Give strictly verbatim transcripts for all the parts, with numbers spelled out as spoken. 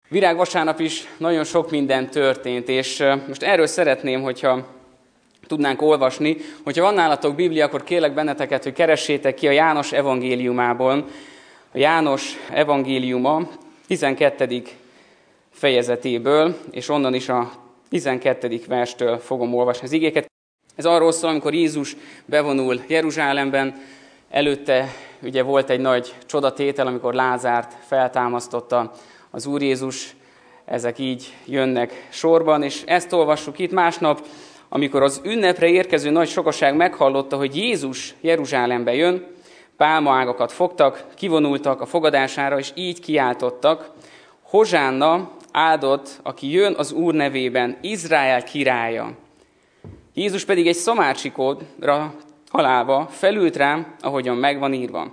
Virágvasárnap is nagyon sok minden történt, és most erről szeretném, hogyha tudnánk olvasni. Hogyha van nálatok Biblia, akkor kérlek benneteket, hogy keressétek ki a János evangéliumából. A János evangéliuma tizenkettedik fejezetéből, és onnan is a tizenkettedik verstől fogom olvasni az igéket. Ez arról szól, amikor Jézus bevonul Jeruzsálemben, előtte ugye volt egy nagy csodatétel, amikor Lázárt feltámasztotta az Úr Jézus, ezek így jönnek sorban, és ezt olvassuk itt másnap, amikor az ünnepre érkező nagy sokaság meghallotta, hogy Jézus Jeruzsálembe jön, pálmaágakat fogtak, kivonultak a fogadására, és így kiáltottak: Hozsánna, áldott, aki jön az Úr nevében, Izrael királya. Jézus pedig egy szamácsikodra halálva felült rám, ahogyan megvan írva.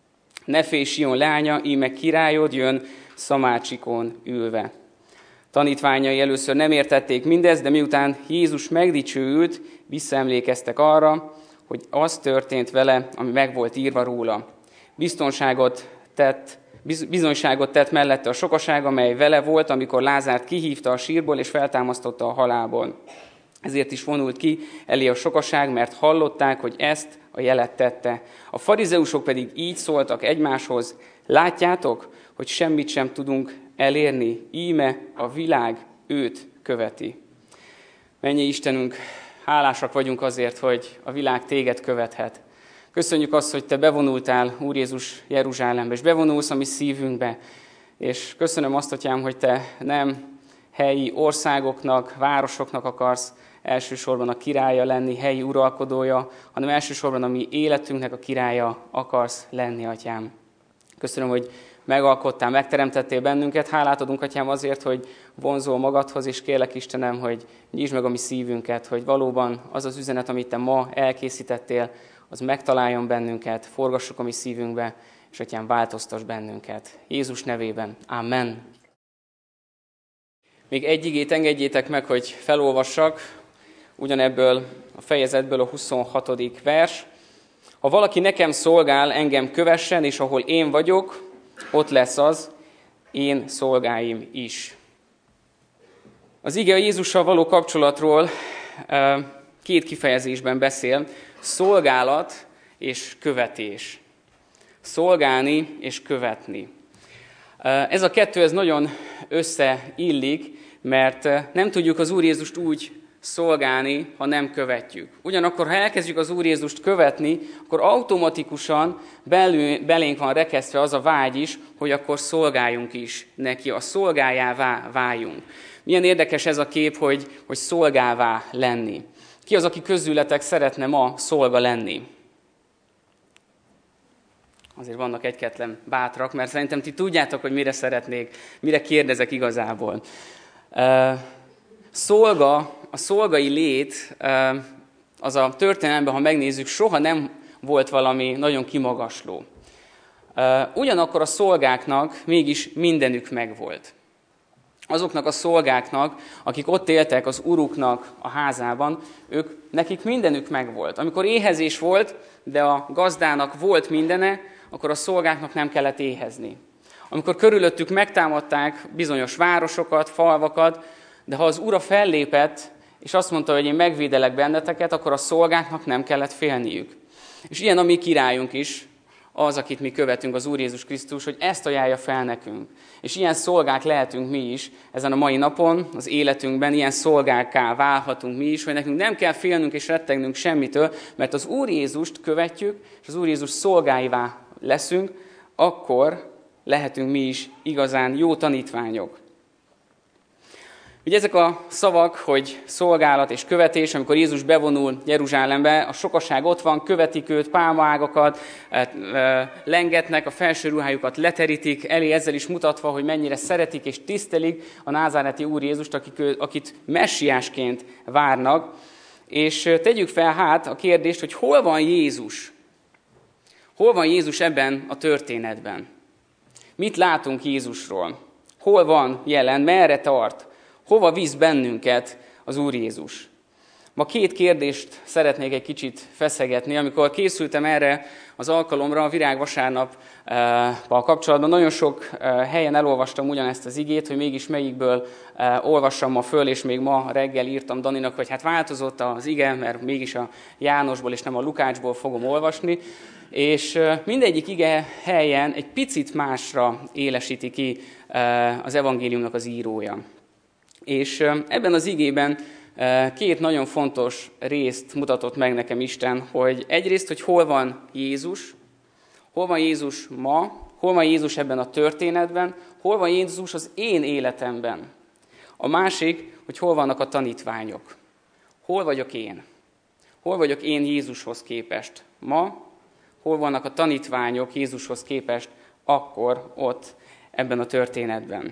Ne félj, Sion lánya, íme királyod jön szamácsikon ülve. Tanítványai először nem értették mindezt, de miután Jézus megdicsőült, visszaemlékeztek arra, hogy az történt vele, ami meg volt írva róla. Biztonságot tett, bizonyságot tett mellette a sokaság, amely vele volt, amikor Lázárt kihívta a sírból és feltámasztotta a halálból. Ezért is vonult ki elé a sokaság, mert hallották, hogy ezt a jelet tette. A farizeusok pedig így szóltak egymáshoz: látjátok, hogy semmit sem tudunk elérni, íme a világ őt követi. Mennyei Istenünk, hálásak vagyunk azért, hogy a világ téged követhet. Köszönjük azt, hogy te bevonultál, Úr Jézus, Jeruzsálembe, és bevonulsz a mi szívünkbe. És köszönöm azt, Atyám, hogy te nem helyi országoknak, városoknak akarsz elsősorban a királya lenni, helyi uralkodója, hanem elsősorban a mi életünknek a királya akarsz lenni, Atyám. Köszönöm, hogy megalkottál, megteremtettél bennünket. Hálát adunk, Atyám, azért, hogy vonzol magadhoz, és kérlek, Istenem, hogy nyisd meg a mi szívünket, hogy valóban az az üzenet, amit te ma elkészítettél, az megtaláljon bennünket, forgassuk a mi szívünkbe, és Atyám, változtass bennünket. Jézus nevében. Amen. Még egy igét engedjétek meg, hogy felolvassak, ugyanebből a fejezetből a huszonhatodik vers. Ha valaki nekem szolgál, engem kövessen, és ahol én vagyok, ott lesz az, én szolgáim is. Az ige a Jézussal való kapcsolatról két kifejezésben beszél: szolgálat és követés. Szolgálni és követni. Ez a kettő ez nagyon összeillik, mert nem tudjuk az Úr Jézust úgy szolgálni, ha nem követjük. Ugyanakkor, ha elkezdjük az Úr Jézust követni, akkor automatikusan belül, belénk van rekesztve az a vágy is, hogy akkor szolgáljunk is neki, a szolgájává váljunk. Milyen érdekes ez a kép, hogy, hogy szolgává lenni. Ki az, aki közületek szeretne ma szolga lenni? Azért vannak egy-kettlen bátrak, mert szerintem ti tudjátok, hogy mire szeretnék, mire kérdezek igazából. Szolga, a szolgai lét, az a történelemben, ha megnézzük, soha nem volt valami nagyon kimagasló. Ugyanakkor a szolgáknak mégis mindenük megvolt. Azoknak a szolgáknak, akik ott éltek az uruknak a házában, ők, nekik mindenük megvolt. Amikor éhezés volt, de a gazdának volt mindene, akkor a szolgáknak nem kellett éhezni. Amikor körülöttük megtámadták bizonyos városokat, falvakat, de ha az ura fellépett, és azt mondta, hogy én megvédelek benneteket, akkor a szolgáknak nem kellett félniük. És ilyen a mi királyunk is, az, akit mi követünk, az Úr Jézus Krisztus, hogy ezt ajánlja fel nekünk. És ilyen szolgák lehetünk mi is ezen a mai napon, az életünkben, ilyen szolgákká válhatunk mi is, hogy nekünk nem kell félnünk és rettegnünk semmitől, mert az Úr Jézust követjük, és az Úr Jézus szolgáivá leszünk, akkor lehetünk mi is igazán jó tanítványok. Ugye ezek a szavak, hogy szolgálat és követés, amikor Jézus bevonul Jeruzsálembe, a sokaság ott van, követik őt, pálmaágakat lengetnek, a felső ruhájukat leterítik, elé ezzel is mutatva, hogy mennyire szeretik és tisztelik a názáreti Úr Jézust, akik, akit messiásként várnak. És tegyük fel hát a kérdést, hogy hol van Jézus? Hol van Jézus ebben a történetben? Mit látunk Jézusról? Hol van jelen? Merre tart? Hova visz bennünket az Úr Jézus? Ma két kérdést szeretnék egy kicsit feszegetni. Amikor készültem erre az alkalomra, a virágvasárnappal kapcsolatban, nagyon sok helyen elolvastam ugyanezt az igét, hogy mégis melyikből olvassam ma föl, és még ma reggel írtam Daninak, hogy hát változott az ige, mert mégis a Jánosból és nem a Lukácsból fogom olvasni. És mindegyik ige helyen egy picit másra élesíti ki az evangéliumnak az írója. És ebben az igében két nagyon fontos részt mutatott meg nekem Isten, hogy egyrészt, hogy hol van Jézus, hol van Jézus ma, hol van Jézus ebben a történetben, hol van Jézus az én életemben. A másik, hogy hol vannak a tanítványok. Hol vagyok én? Hol vagyok én Jézushoz képest ma? Hol vannak a tanítványok Jézushoz képest akkor ott ebben a történetben?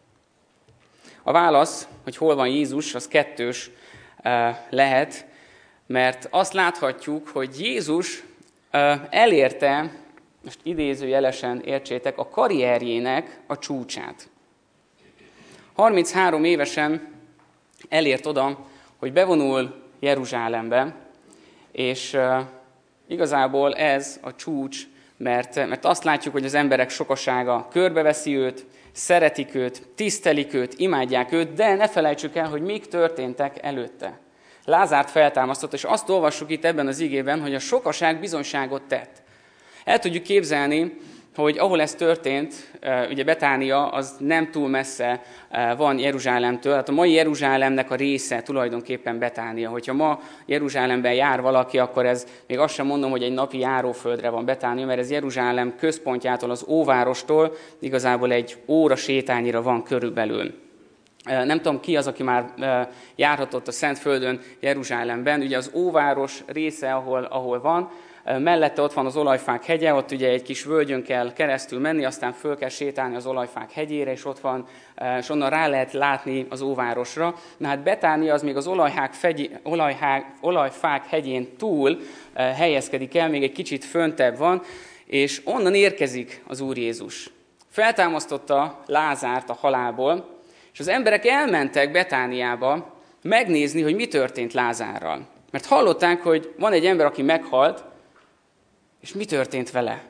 A válasz, hogy hol van Jézus, az kettős lehet, mert azt láthatjuk, hogy Jézus elérte, most idézőjelesen értsétek, a karrierjének a csúcsát. harminchárom évesen elért oda, hogy bevonul Jeruzsálembe, és igazából ez a csúcs, mert, mert azt látjuk, hogy az emberek sokasága körbeveszi őt, szeretik őt, tisztelik őt, imádják őt, de ne felejtsük el, hogy mik történtek előtte. Lázárt feltámasztott, és azt olvassuk itt ebben az igében, hogy a sokaság bizonyságot tett. El tudjuk képzelni, hogy ahol ez történt, ugye Betánia az nem túl messze van Jeruzsálemtől, hát a mai Jeruzsálemnek a része tulajdonképpen Betánia. Hogyha ma Jeruzsálemben jár valaki, akkor ez még azt sem mondom, hogy egy napi járóföldre van Betánia, mert ez Jeruzsálem központjától, az óvárostól igazából egy óra sétányira van körülbelül. Nem tudom, ki az, aki már járhatott a Szentföldön Jeruzsálemben, ugye az óváros része, ahol, ahol van, mellette ott van az Olajfák hegye, ott ugye egy kis völgyön kell keresztül menni, aztán föl kell sétálni az Olajfák hegyére, és ott van, és onnan rá lehet látni az óvárosra. Na hát Betánia az még az Olajfák, fegy, Olajfák, Olajfák hegyén túl helyezkedik el, még egy kicsit föntebb van, és onnan érkezik az Úr Jézus. Feltámasztotta Lázárt a halálból, és az emberek elmentek Betániába megnézni, hogy mi történt Lázárral. Mert hallották, hogy van egy ember, aki meghalt, és mi történt vele?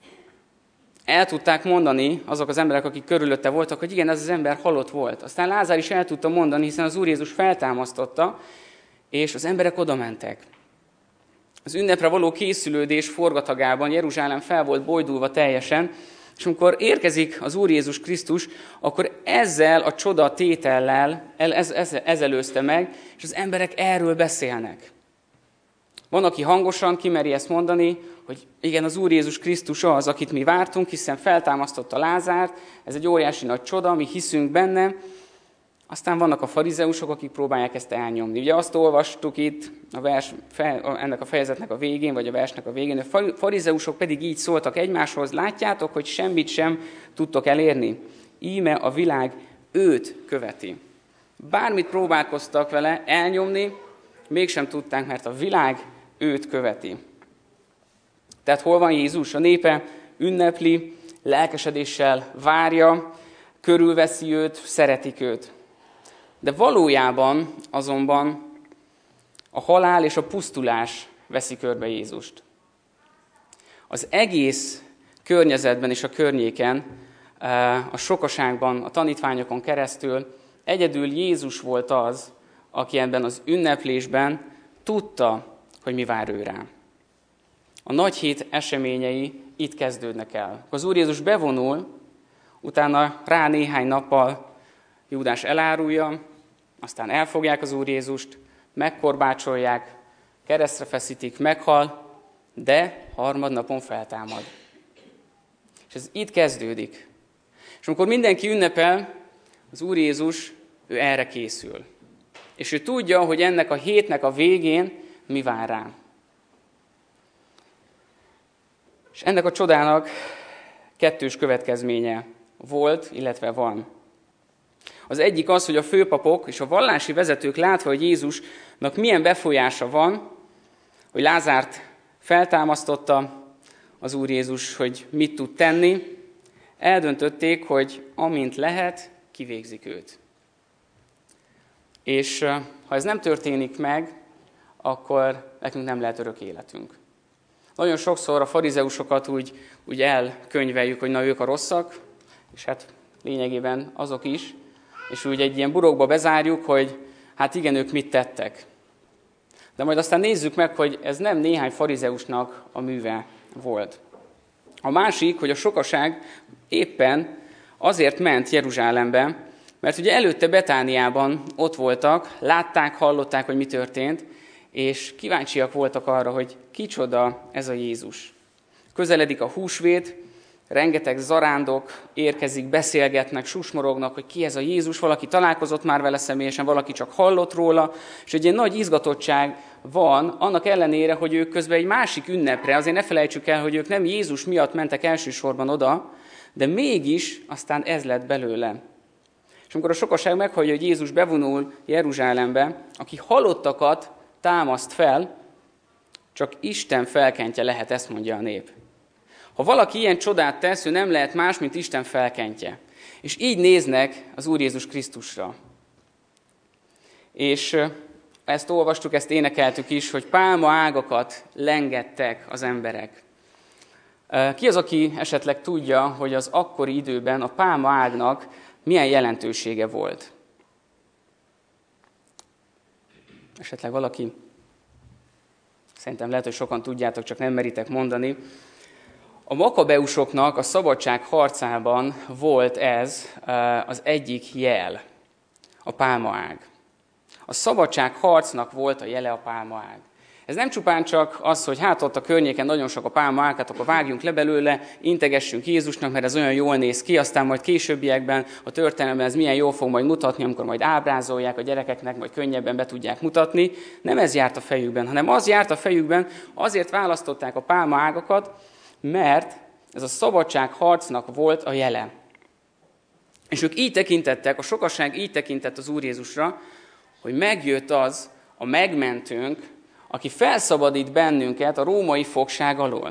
El tudták mondani azok az emberek, akik körülötte voltak, hogy igen, ez az ember halott volt. Aztán Lázár is el tudta mondani, hiszen az Úr Jézus feltámasztotta, és az emberek oda mentek. Az ünnepre való készülődés forgatagában Jeruzsálem fel volt bojdulva teljesen, és amikor érkezik az Úr Jézus Krisztus, akkor ezzel a csoda tétellel ez, ez, ez előzte meg, és az emberek erről beszélnek. Van, aki hangosan kimeri ezt mondani, hogy igen, az Úr Jézus Krisztus az, akit mi vártunk, hiszen feltámasztotta Lázárt, ez egy óriási nagy csoda, mi hiszünk benne. Aztán vannak a farizeusok, akik próbálják ezt elnyomni. Ugye azt olvastuk itt a vers, ennek a fejezetnek a végén, vagy a versnek a végén, a farizeusok pedig így szóltak egymáshoz, látjátok, hogy semmit sem tudtok elérni. Íme a világ őt követi. Bármit próbálkoztak vele elnyomni, mégsem tudták, mert a világ őt követi. Tehát hol van Jézus? A népe ünnepli, lelkesedéssel várja, körülveszi őt, szeretik őt. De valójában azonban a halál és a pusztulás veszi körbe Jézust. Az egész környezetben és a környéken, a sokaságban, a tanítványokon keresztül egyedül Jézus volt az, aki ebben az ünneplésben tudta, hogy mi vár ő rá. A nagy hét eseményei itt kezdődnek el. Az Úr Jézus bevonul, utána rá néhány nappal Júdás elárulja, aztán elfogják az Úr Jézust, megkorbácsolják, keresztre feszítik, meghal, de harmadnapon feltámad. És ez itt kezdődik. És amikor mindenki ünnepel, az Úr Jézus, ő erre készül. És ő tudja, hogy ennek a hétnek a végén mi vár rá. És ennek a csodának kettős következménye volt, illetve van. Az egyik az, hogy a főpapok és a vallási vezetők látva, hogy Jézusnak milyen befolyása van, hogy Lázárt feltámasztotta az Úr Jézus, hogy mit tud tenni, eldöntötték, hogy amint lehet, kivégzik őt. És ha ez nem történik meg, akkor nekünk nem lehet örök életünk. Nagyon sokszor a farizeusokat úgy, úgy elkönyveljük, hogy na ők a rosszak, és hát lényegében azok is, és úgy egy ilyen burokba bezárjuk, hogy hát igen, ők mit tettek. De majd aztán nézzük meg, hogy ez nem néhány farizeusnak a műve volt. A másik, hogy a sokaság éppen azért ment Jeruzsálembe, mert ugye előtte Betániában ott voltak, látták, hallották, hogy mi történt, és kíváncsiak voltak arra, hogy kicsoda ez a Jézus. Közeledik a húsvét, rengeteg zarándok érkezik, beszélgetnek, susmorognak, hogy ki ez a Jézus, valaki találkozott már vele személyesen, valaki csak hallott róla, és egy ilyen nagy izgatottság van, annak ellenére, hogy ők közben egy másik ünnepre, azért ne felejtsük el, hogy ők nem Jézus miatt mentek elsősorban oda, de mégis aztán ez lett belőle. És amikor a sokaság meghallja, hogy Jézus bevonul Jeruzsálembe, aki halottakat támaszt fel, csak Isten felkentje lehet, ezt mondja a nép. Ha valaki ilyen csodát tesz, ő nem lehet más, mint Isten felkentje. És így néznek az Úr Jézus Krisztusra. És ezt olvastuk, ezt énekeltük is, hogy pálma ágakat lengettek az emberek. Ki az, aki esetleg tudja, hogy az akkori időben a pálma ágnak milyen jelentősége volt? Esetleg valaki? Szerintem lehet, hogy sokan tudjátok, csak nem meritek mondani. A makabeusoknak a szabadság harcában volt ez az egyik jel, a pálmaág. A szabadság harcnak volt a jele a pálmaág. Ez nem csupán csak az, hogy hát ott a környéken nagyon sok a pálmaág, hát akkor vágjunk le belőle, integessünk Jézusnak, mert ez olyan jól néz ki, aztán majd későbbiekben a történelemben ez milyen jól fog majd mutatni, amikor majd ábrázolják a gyerekeknek, majd könnyebben be tudják mutatni. Nem ez járt a fejükben, hanem az járt a fejükben, azért választották a pálmaágakat, mert ez a szabadságharcnak volt a jele. És ők így tekintettek, a sokaság így tekintett az Úr Jézusra, hogy megjött az a megmentőnk, aki felszabadít bennünket a római fogság alól.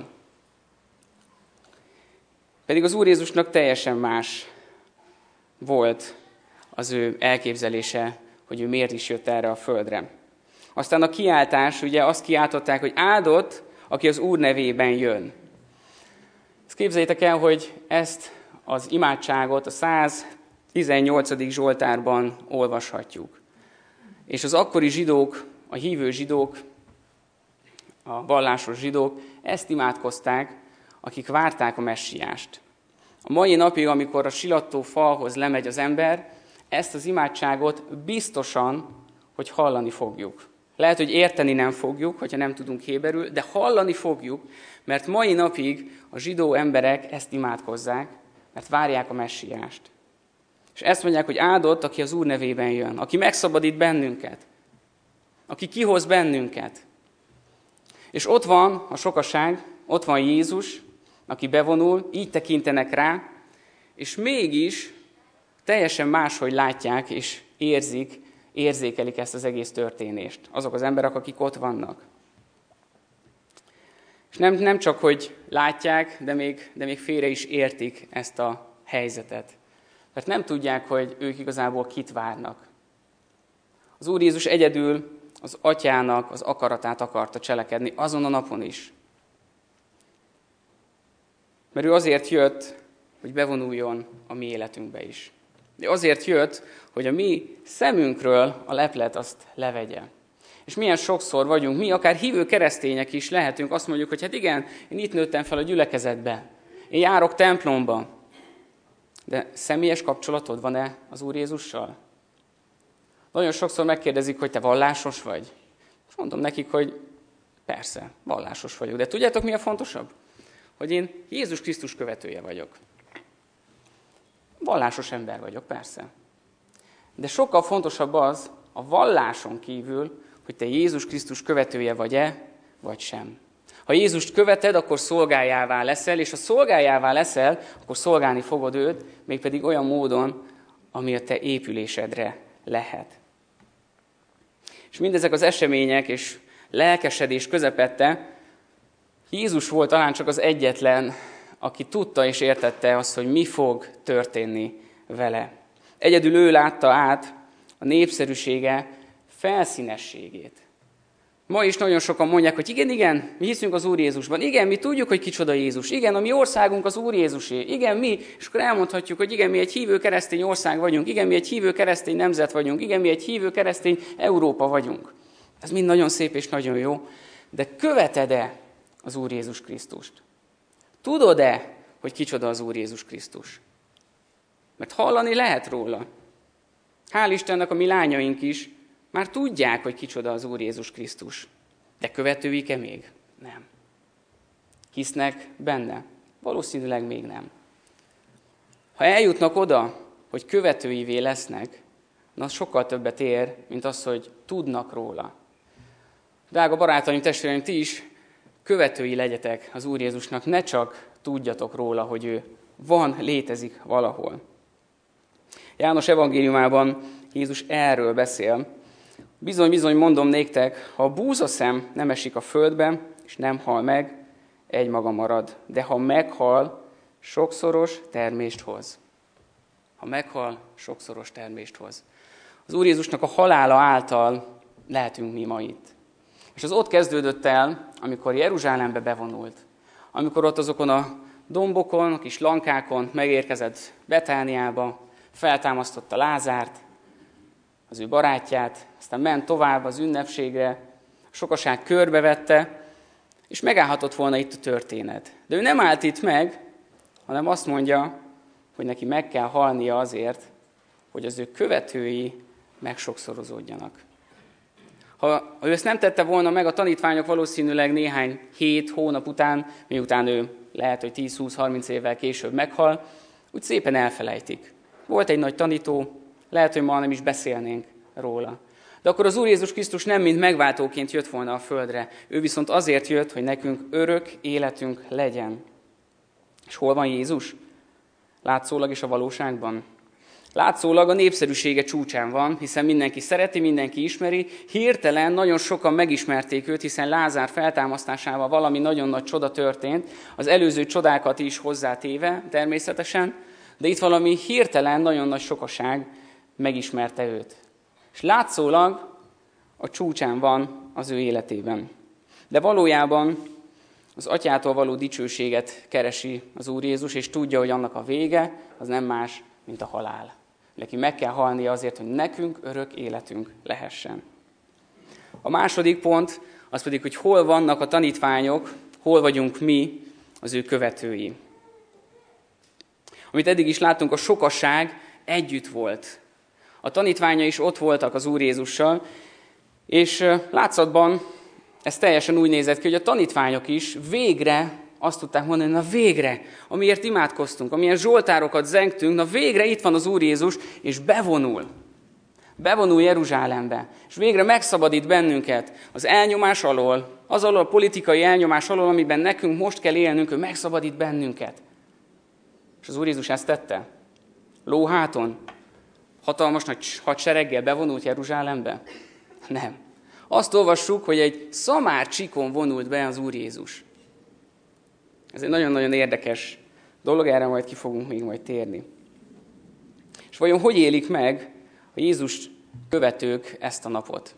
Pedig az Úr Jézusnak teljesen más volt az ő elképzelése, hogy ő miért is jött erre a földre. Aztán a kiáltás, ugye azt kiáltották, hogy áldott, aki az Úr nevében jön. Ezt képzeljétek el, hogy ezt az imádságot a száztizennyolcadik Zsoltárban olvashatjuk. És az akkori zsidók, a hívő zsidók, a vallásos zsidók ezt imádkozták, akik várták a messiást. A mai napig, amikor a silattó falhoz lemegy az ember, ezt az imádságot biztosan, hogy hallani fogjuk. Lehet, hogy érteni nem fogjuk, hogyha nem tudunk héberül, de hallani fogjuk, mert mai napig a zsidó emberek ezt imádkozzák, mert várják a messiást. És ezt mondják, hogy áldott, aki az Úr nevében jön, aki megszabadít bennünket, aki kihoz bennünket. És ott van a sokaság, ott van Jézus, aki bevonul, így tekintenek rá, és mégis teljesen máshogy látják és érzik, érzékelik ezt az egész történést. Azok az emberek, akik ott vannak. És nem, nem csak, hogy látják, de még, de még félre is értik ezt a helyzetet. Mert nem tudják, hogy ők igazából kit várnak. Az Úr Jézus egyedül az atyának az akaratát akarta cselekedni, azon a napon is. Mert ő azért jött, hogy bevonuljon a mi életünkbe is. De azért jött, hogy a mi szemünkről a leplet azt levegye. És milyen sokszor vagyunk, mi akár hívő keresztények is lehetünk, azt mondjuk, hogy hát igen, én itt nőttem fel a gyülekezetbe, én járok templomba, de személyes kapcsolatod van-e az Úr Jézussal? Nagyon sokszor megkérdezik, hogy te vallásos vagy. És mondom nekik, hogy persze, vallásos vagyok. De tudjátok, mi a fontosabb? Hogy én Jézus Krisztus követője vagyok. Vallásos ember vagyok, persze. De sokkal fontosabb az, a valláson kívül, hogy te Jézus Krisztus követője vagy-e, vagy sem. Ha Jézust követed, akkor szolgájává leszel, és ha szolgájává leszel, akkor szolgálni fogod őt, mégpedig olyan módon, ami a te épülésedre lehet. És mindezek az események és lelkesedés közepette Jézus volt talán csak az egyetlen, aki tudta és értette azt, hogy mi fog történni vele. Egyedül ő látta át a népszerűsége felszínességét. Ma is nagyon sokan mondják, hogy igen, igen, mi hiszünk az Úr Jézusban. Igen, mi tudjuk, hogy kicsoda Jézus. Igen, a mi országunk az Úr Jézusé. Igen, mi, és akkor elmondhatjuk, hogy igen, mi egy hívő keresztény ország vagyunk. Igen, mi egy hívő keresztény nemzet vagyunk. Igen, mi egy hívő keresztény Európa vagyunk. Ez mind nagyon szép és nagyon jó. De követed-e az Úr Jézus Krisztust? Tudod-e, hogy kicsoda az Úr Jézus Krisztus? Mert hallani lehet róla. Hál' Istennek a mi lányaink is már tudják, hogy kicsoda az Úr Jézus Krisztus. De követőik-e még? Nem. Hisznek benne? Valószínűleg még nem. Ha eljutnak oda, hogy követőivé lesznek, na az sokkal többet ér, mint az, hogy tudnak róla. Drága barátaim, testvéreim, ti is követői legyetek az Úr Jézusnak, ne csak tudjatok róla, hogy ő van, létezik valahol. János evangéliumában Jézus erről beszél. Bizony-bizony mondom néktek, ha a búzaszem nem esik a földbe, és nem hal meg, egymaga marad. De ha meghal, sokszoros termést hoz. Ha meghal, sokszoros termést hoz. Az Úr Jézusnak a halála által lehetünk mi ma itt. És az ott kezdődött el, amikor Jeruzsálembe bevonult. Amikor ott azokon a dombokon, a kis lankákon megérkezett Betániába, feltámasztotta Lázárt, az ő barátját, aztán ment tovább az ünnepségre, a sokaság körbevette, és megállhatott volna itt a történet. De ő nem állt itt meg, hanem azt mondja, hogy neki meg kell halnia azért, hogy az ő követői megsokszorozódjanak. Ha ő ezt nem tette volna meg, a tanítványok valószínűleg néhány hét, hónap után, miután ő lehet, hogy tíz-húsz-harminc évvel később meghal, úgy szépen elfelejtik. Volt egy nagy tanító, lehet, hogy ma nem is beszélnénk róla. De akkor az Úr Jézus Krisztus nem mint megváltóként jött volna a földre. Ő viszont azért jött, hogy nekünk örök életünk legyen. És hol van Jézus? Látszólag is a valóságban. Látszólag a népszerűsége csúcsán van, hiszen mindenki szereti, mindenki ismeri. Hirtelen nagyon sokan megismerték őt, hiszen Lázár feltámasztásával valami nagyon nagy csoda történt. Az előző csodákat is hozzátéve természetesen, de itt valami hirtelen nagyon nagy sokaság megismerte őt. És látszólag a csúcsán van az ő életében. De valójában az atyától való dicsőséget keresi az Úr Jézus, és tudja, hogy annak a vége az nem más, mint a halál. Neki meg kell halnia azért, hogy nekünk örök életünk lehessen. A második pont az pedig, hogy hol vannak a tanítványok, hol vagyunk mi, az ő követői. Amit eddig is láttunk, a sokasság együtt volt. A tanítványa is ott voltak az Úr Jézussal, és látszatban ez teljesen úgy nézett ki, hogy a tanítványok is végre azt tudták mondani, na végre, amiért imádkoztunk, amilyen zsoltárokat zengtünk, na végre itt van az Úr Jézus, és bevonul. Bevonul Jeruzsálembe, és végre megszabadít bennünket az elnyomás alól, az alól a politikai elnyomás alól, amiben nekünk most kell élnünk, ő megszabadít bennünket. És az Úr Jézus ezt tette. Lóháton, hatalmas nagy hadsereggel bevonult Jeruzsálembe? Nem. Azt olvassuk, hogy egy szamár csikon vonult be az Úr Jézus. Ez egy nagyon-nagyon érdekes dolog, erre majd ki fogunk még majd térni. És vajon hogy élik meg a Jézus követők ezt a napot?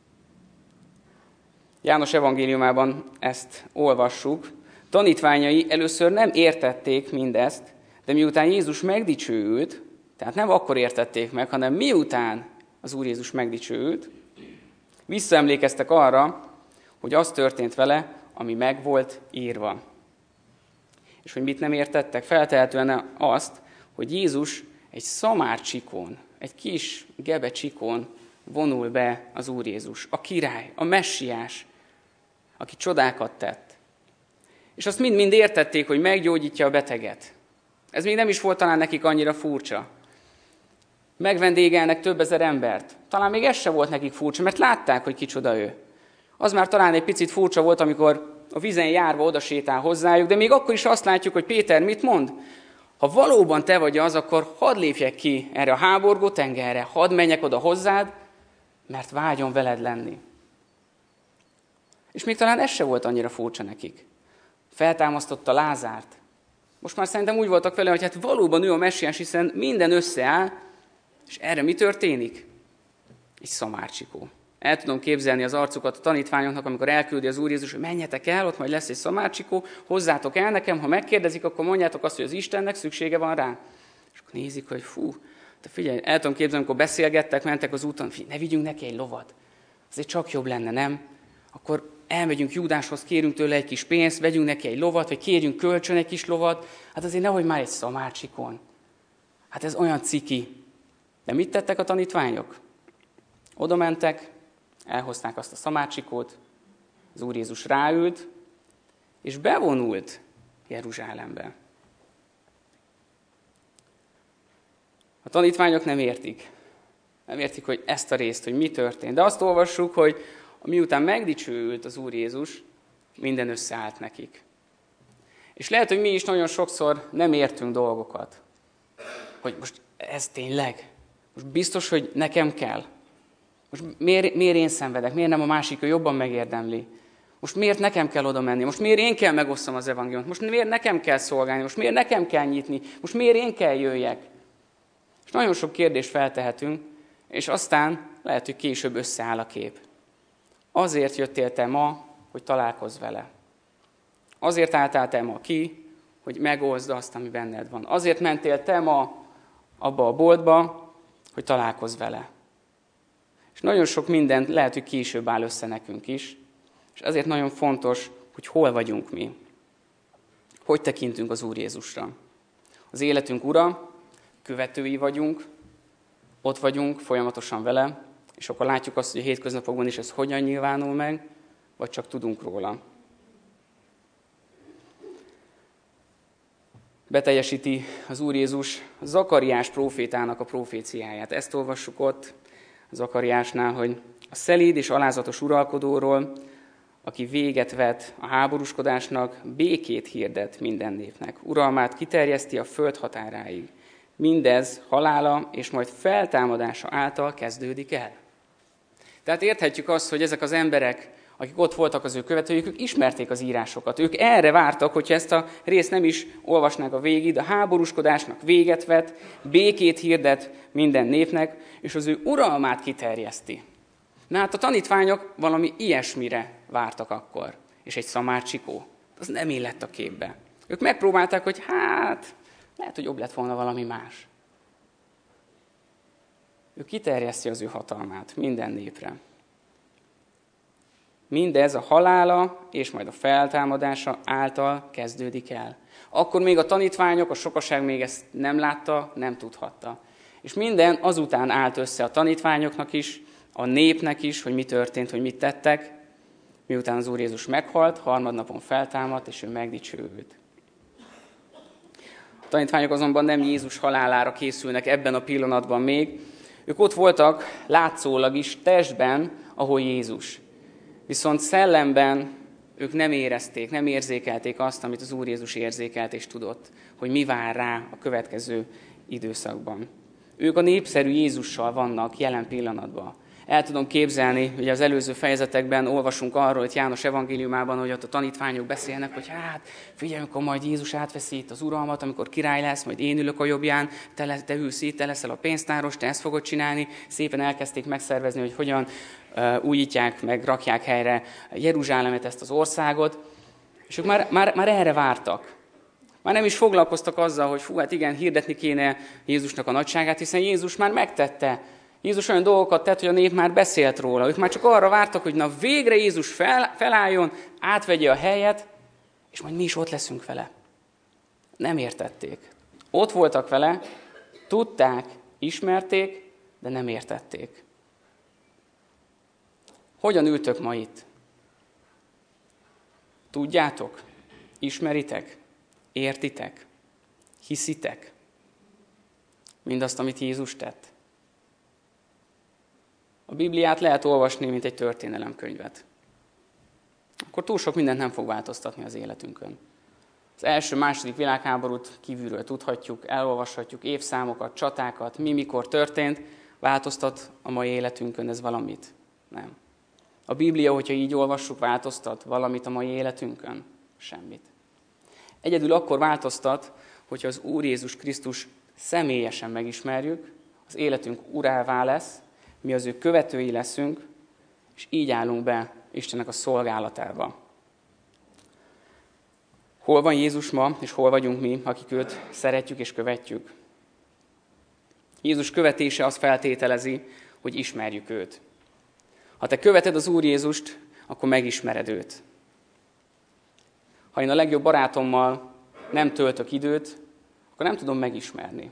János evangéliumában ezt olvassuk. Tanítványai először nem értették mindezt, de miután Jézus megdicsőült, tehát nem akkor értették meg, hanem miután az Úr Jézus megdicsőült, visszaemlékeztek arra, hogy az történt vele, ami meg volt írva. És hogy mit nem értettek? Feltehetően azt, hogy Jézus egy szamárcsikón, egy kis gebecsikón vonul be az Úr Jézus, a király, a messiás, aki csodákat tett. És azt mind-mind értették, hogy meggyógyítja a beteget. Ez még nem is volt talán nekik annyira furcsa. Megvendégelnek több ezer embert. Talán még ez se volt nekik furcsa, mert látták, hogy kicsoda ő. Az már talán egy picit furcsa volt, amikor a vízen járva oda sétál hozzájuk, de még akkor is azt látjuk, hogy Péter mit mond? Ha valóban te vagy az, akkor hadd lépjek ki erre a háborgó tengerre, hadd menjek oda hozzád, mert vágyom veled lenni. És még talán ez se volt annyira furcsa nekik. Feltámasztotta Lázárt. Most már szerintem úgy voltak vele, hogy hát valóban ő a messiás, hiszen minden összeáll, és erre mi történik? Egy szamárcsikó. El tudom képzelni az arcukat a tanítványoknak, amikor elküldi az Úr Jézus, hogy menjetek el, ott majd lesz egy szamácsikó, hozzátok el nekem, ha megkérdezik, akkor mondjátok azt, hogy az Istennek szüksége van rá. És akkor nézik, hogy fú, te figyelj, el tudom képzelni, amikor beszélgettek, mentek az úton, figyelj, ne vigyünk neki egy lovat. Azért csak jobb lenne, nem? Akkor elmegyünk Júdáshoz, kérünk tőle egy kis pénzt, vegyünk neki egy lovat, vagy kérjünk kölcsön egy kis lovat. Hát azért nehogy már egy szamácsikon. Hát ez olyan ciki. De mit tettek a tanítványok? Oda mentek, elhozták azt a szamácsikót, az Úr Jézus ráült, és bevonult Jeruzsálembe. A tanítványok nem értik. Nem értik, hogy ezt a részt, hogy mi történt. De azt olvassuk, hogy miután megdicsőült az Úr Jézus, minden összeállt nekik. És lehet, hogy mi is nagyon sokszor nem értünk dolgokat. Hogy most ez tényleg? Most biztos, hogy nekem kell? Most miért, miért én szenvedek? Miért nem a másik, ő jobban megérdemli? Most miért nekem kell oda menni? Most miért én kell megosszam az evangéliumot? Most miért nekem kell szolgálni? Most miért nekem kell nyitni? Most miért én kell jöjjek? És nagyon sok kérdést feltehetünk, és aztán lehet, hogy később összeáll a kép. Azért jöttél te ma, hogy találkozz vele. Azért álltál te ma ki, hogy megoszd azt, ami benned van. Azért mentél te ma abba a boltba, hogy találkozz vele. És nagyon sok mindent lehet, hogy később áll össze nekünk is, és ezért nagyon fontos, hogy hol vagyunk mi. Hogy tekintünk az Úr Jézusra. Az életünk ura, követői vagyunk, ott vagyunk folyamatosan vele, és akkor látjuk azt, hogy a hétköznapokban is ez hogyan nyilvánul meg, vagy csak tudunk róla. Beteljesíti az Úr Jézus Zakariás prófétának a proféciáját. Ezt olvassuk ott Zakariásnál, hogy a szelíd és alázatos uralkodóról, aki véget vet a háborúskodásnak, békét hirdet minden népnek. Uralmát kiterjeszti a föld határáig. Mindez halála és majd feltámadása által kezdődik el. Tehát érthetjük azt, hogy ezek az emberek, akik ott voltak az ő követőjük, ők ismerték az írásokat. Ők erre vártak, hogyha ezt a részt nem is olvasnák a végig, a háborúskodásnak véget vet, békét hirdet minden népnek, és az ő uralmát kiterjeszti. Na hát a tanítványok valami ilyesmire vártak akkor. És egy szamárcsikó, az nem illett a képbe. Ők megpróbálták, hogy hát, lehet, hogy jobb lett volna valami más. Ő kiterjeszti az ő hatalmát minden népre. Mindez a halála és majd a feltámadása által kezdődik el. Akkor még a tanítványok, a sokaság még ezt nem látta, nem tudhatta. És minden azután állt össze a tanítványoknak is, a népnek is, hogy mi történt, hogy mit tettek, miután az Úr Jézus meghalt, harmadnapon feltámadt, és ő megdicsőült. A tanítványok azonban nem Jézus halálára készülnek ebben a pillanatban még. Ők ott voltak látszólag is testben, ahol Jézus. Viszont szellemben ők nem érezték, nem érzékelték azt, amit az Úr Jézus érzékelt és tudott, hogy mi vár rá a következő időszakban. Ők a népszerű Jézussal vannak jelen pillanatban. El tudom képzelni, hogy az előző fejezetekben olvasunk arról, hogy János evangéliumában, hogy ott a tanítványok beszélnek, hogy hát figyelj, amikor majd Jézus átveszi itt az uralmat, amikor király lesz, majd én ülök a jobbján, te, le, te ülsz itt, te leszel a pénztáros, te ezt fogod csinálni. Szépen elkezdték megszervezni, hogy hogyan uh, újítják meg, rakják helyre Jeruzsálemet, ezt az országot. És ők már, már, már erre vártak. Már nem is foglalkoztak azzal, hogy fú, hát igen, hirdetni kéne Jézusnak a nagyságát, hiszen Jézus már megtette. Jézus olyan dolgokat tett, hogy a nép már beszélt róla. Ők már csak arra vártak, hogy na végre Jézus fel, felálljon, átvegye a helyet, és majd mi is ott leszünk vele. Nem értették. Ott voltak vele, tudták, ismerték, de nem értették. Hogyan ültök ma itt? Tudjátok? Ismeritek? Értitek? Hiszitek? Mindazt, amit Jézus tett? A Bibliát lehet olvasni, mint egy történelemkönyvet. Akkor túl sok mindent nem fog változtatni az életünkön. Az első, második világháborút kívülről tudhatjuk, elolvashatjuk évszámokat, csatákat, mi mikor történt, változtat a mai életünkön ez valamit? Nem. A Biblia, hogyha így olvassuk, változtat valamit a mai életünkön? Semmit. Egyedül akkor változtat, hogyha az Úr Jézus Krisztus személyesen megismerjük, az életünk urává lesz, mi az ő követői leszünk, és így állunk be Istennek a szolgálatába. Hol van Jézus ma, és hol vagyunk mi, akik őt szeretjük és követjük? Jézus követése azt feltételezi, hogy ismerjük őt. Ha te követed az Úr Jézust, akkor megismered őt. Ha én a legjobb barátommal nem töltök időt, akkor nem tudom megismerni.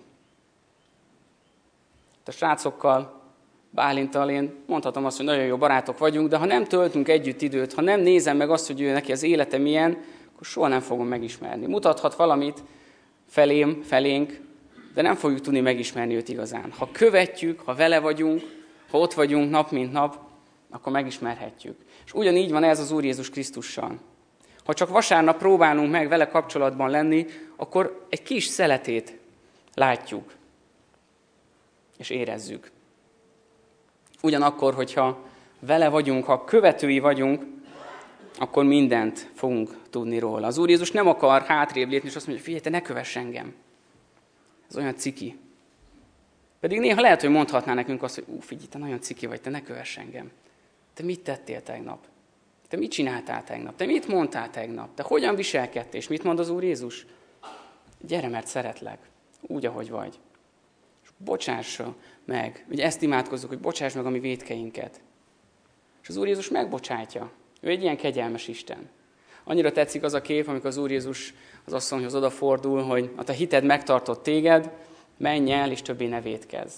A srácokkal, Bálinttal én mondhatom azt, hogy nagyon jó barátok vagyunk, de ha nem töltünk együtt időt, ha nem nézem meg azt, hogy ő neki az élete milyen, akkor soha nem fogom megismerni. Mutathat valamit felém, felénk, de nem fogjuk tudni megismerni őt igazán. Ha követjük, ha vele vagyunk, ha ott vagyunk nap mint nap, akkor megismerhetjük. És ugyanígy van ez az Úr Jézus Krisztussal. Ha csak vasárnap próbálunk meg vele kapcsolatban lenni, akkor egy kis szeletét látjuk és érezzük. Ugyanakkor, hogyha vele vagyunk, ha követői vagyunk, akkor mindent fogunk tudni róla. Az Úr Jézus nem akar hátrébb lépni, és azt mondja, figyelj, te ne kövess engem. Ez olyan ciki. Pedig néha lehet, hogy mondhatná nekünk azt, hogy ú, figyelj, te nagyon ciki vagy, te ne kövess engem. Te mit tettél tegnap? Te mit csináltál tegnap? Te mit mondtál tegnap? Te hogyan viselkedtél? És mit mond az Úr Jézus? Gyere, mert szeretlek. Úgy, ahogy vagy. És bocsássa meg. Ugye ezt imádkozzuk, hogy bocsáss meg a mi vétkeinket. És az Úr Jézus megbocsátja. Ő egy ilyen kegyelmes Isten. Annyira tetszik az a kép, amikor az Úr Jézus az asszonyhoz odafordul, hogy a te hited megtartott téged, menj el, és többé ne vétkezz.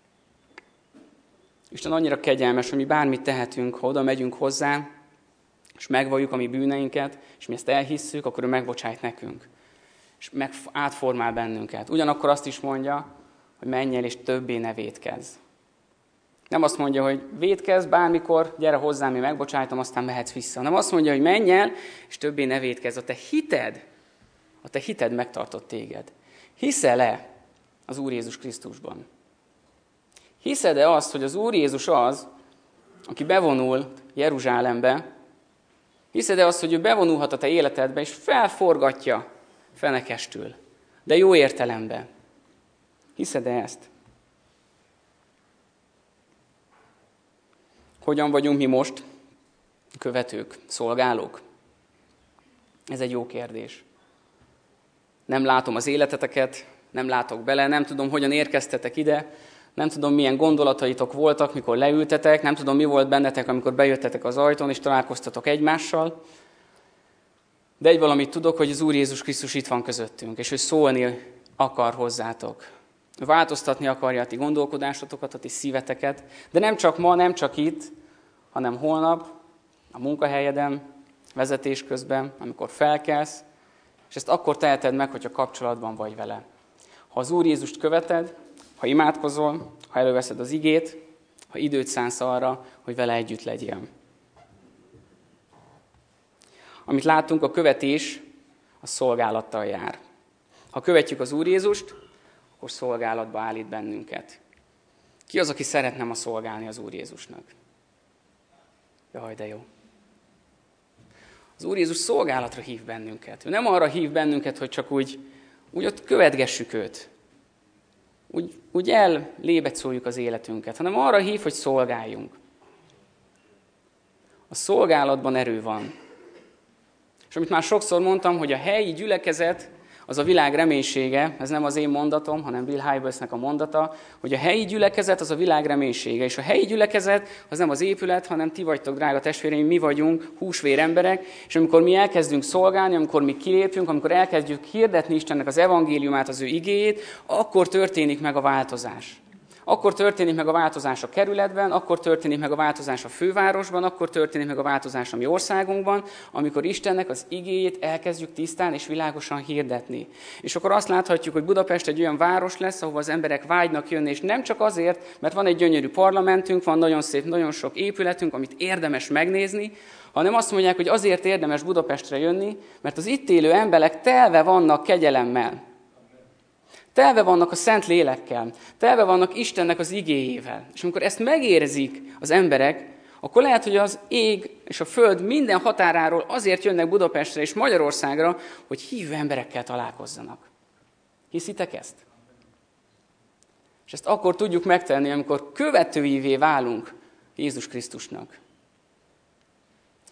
Isten annyira kegyelmes, hogy mi bármit tehetünk, ha oda megyünk hozzá, és megvalljuk a mi bűneinket, és mi ezt elhisszük, akkor ő megbocsájt nekünk. És meg átformál bennünket. Ugyanakkor azt is mondja, hogy menj el, és többé ne vétkezz. Nem azt mondja, hogy vétkezz bármikor, gyere hozzám, én megbocsájtom, aztán mehetsz vissza. Nem azt mondja, hogy menj el, és többé ne vétkezz. A te hited, a te hited megtartott téged. Hiszel-e az Úr Jézus Krisztusban? Hiszed-e azt, hogy az Úr Jézus az, aki bevonul Jeruzsálembe? Hiszed-e azt, hogy ő bevonulhat a te életedbe, és felforgatja fenekestül, de jó értelemben? Hiszed-e ezt? Hogyan vagyunk mi most? Követők, szolgálók? Ez egy jó kérdés. Nem látom az életeteket, nem látok bele, nem tudom, hogyan érkeztetek ide, nem tudom, milyen gondolataitok voltak, mikor leültetek, nem tudom, mi volt bennetek, amikor bejöttetek az ajtón, és találkoztatok egymással. De egy valamit tudok, hogy az Úr Jézus Krisztus itt van közöttünk, és ő szólni akar hozzátok. Változtatni akarja a ti gondolkodásotokat, a ti szíveteket, de nem csak ma, nem csak itt, hanem holnap, a munkahelyeden, vezetés közben, amikor felkelsz, és ezt akkor teheted meg, hogyha kapcsolatban vagy vele. Ha az Úr Jézust követed, ha imádkozol, ha előveszed az igét, ha időt szánsz arra, hogy vele együtt legyél. Amit látunk, a követés, a szolgálattal jár. Ha követjük az Úr Jézust, akkor szolgálatba állít bennünket. Ki az, aki szeretne ma szolgálni az Úr Jézusnak? Jaj, de jó. Az Úr Jézus szolgálatra hív bennünket. Ő nem arra hív bennünket, hogy csak úgy, úgy ott követgessük őt. Úgy, úgy ellébecoljuk az életünket, hanem arra hív, hogy szolgáljunk. A szolgálatban erő van. És amit már sokszor mondtam, hogy a helyi gyülekezet az a világ reménysége, ez nem az én mondatom, hanem Bill Hybelsnek a mondata, hogy a helyi gyülekezet az a világ reménysége. És a helyi gyülekezet az nem az épület, hanem ti vagytok, drága testvéreim, mi vagyunk húsvér emberek, és amikor mi elkezdünk szolgálni, amikor mi kilépjünk, amikor elkezdjük hirdetni Istennek az evangéliumát, az ő igéjét, akkor történik meg a változás. Akkor történik meg a változás a kerületben, akkor történik meg a változás a fővárosban, akkor történik meg a változás a mi országunkban, amikor Istennek az igéjét elkezdjük tisztán és világosan hirdetni. És akkor azt láthatjuk, hogy Budapest egy olyan város lesz, ahova az emberek vágynak jönni, és nem csak azért, mert van egy gyönyörű parlamentünk, van nagyon szép, nagyon sok épületünk, amit érdemes megnézni, hanem azt mondják, hogy azért érdemes Budapestre jönni, mert az itt élő emberek telve vannak kegyelemmel. Telve vannak a szent lélekkel, telve vannak Istennek az igéjével. És amikor ezt megérzik az emberek, akkor lehet, hogy az ég és a föld minden határáról azért jönnek Budapestre és Magyarországra, hogy hívő emberekkel találkozzanak. Hiszitek ezt? És ezt akkor tudjuk megtenni, amikor követőivé válunk Jézus Krisztusnak.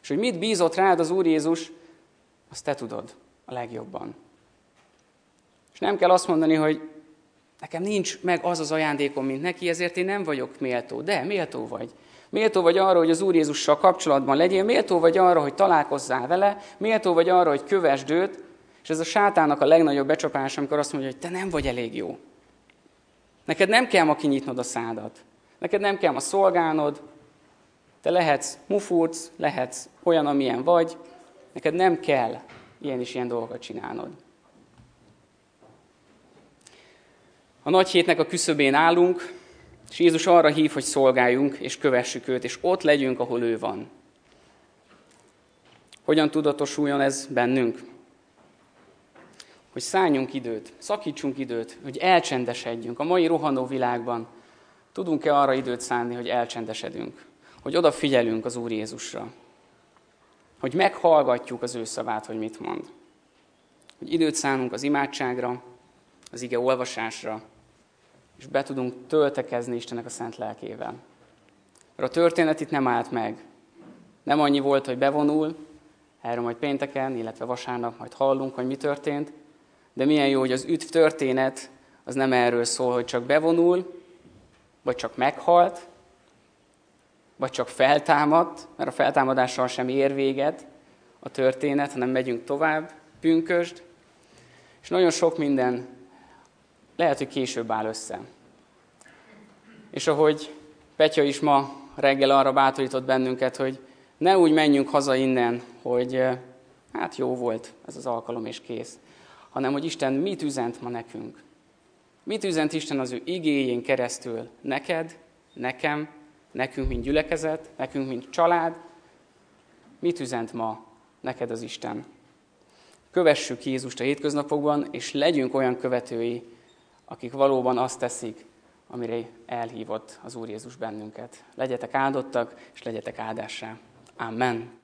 És hogy mit bízott rád az Úr Jézus, azt te tudod a legjobban. És nem kell azt mondani, hogy nekem nincs meg az az ajándékom, mint neki, ezért én nem vagyok méltó. De méltó vagy. Méltó vagy arra, hogy az Úr Jézussal kapcsolatban legyél, méltó vagy arra, hogy találkozzál vele, méltó vagy arra, hogy kövesd őt, és ez a sátának a legnagyobb becsapása, amikor azt mondja, hogy te nem vagy elég jó. Neked nem kell ma kinyitnod a szádat. Neked nem kell ma szolgálnod. Te lehetsz mufurc, lehetsz olyan, amilyen vagy. Neked nem kell ilyen és ilyen dolgokat csinálnod. A nagy hétnek a küszöbén állunk, és Jézus arra hív, hogy szolgáljunk, és kövessük őt, és ott legyünk, ahol ő van. Hogyan tudatosuljon ez bennünk? Hogy szálljunk időt, szakítsunk időt, hogy elcsendesedjünk. A mai rohanó világban tudunk-e arra időt szánni, hogy elcsendesedünk? Hogy odafigyelünk az Úr Jézusra? Hogy meghallgatjuk az ő szavát, hogy mit mond? Hogy időt szánunk az imádságra, az ige olvasásra, és be tudunk töltekezni Istennek a szent lelkével. Mert a történet itt nem állt meg. Nem annyi volt, hogy bevonul, erről majd pénteken, illetve vasárnap majd hallunk, hogy mi történt, de milyen jó, hogy az üdv történet az nem erről szól, hogy csak bevonul, vagy csak meghalt, vagy csak feltámadt, mert a feltámadással sem ér véget a történet, hanem megyünk tovább, pünkösd, és nagyon sok minden lehet, hogy később áll össze. És ahogy Petya is ma reggel arra bátorított bennünket, hogy ne úgy menjünk haza innen, hogy hát jó volt ez az alkalom és kész, hanem hogy Isten mit üzent ma nekünk. Mit üzent Isten az ő igéjén keresztül neked, nekem, nekünk, mint gyülekezet, nekünk, mint család. Mit üzent ma neked az Isten? Kövessük Jézust a hétköznapokban, és legyünk olyan követői, akik valóban azt teszik, amire elhívott az Úr Jézus bennünket. Legyetek áldottak, és legyetek áldássá. Amen.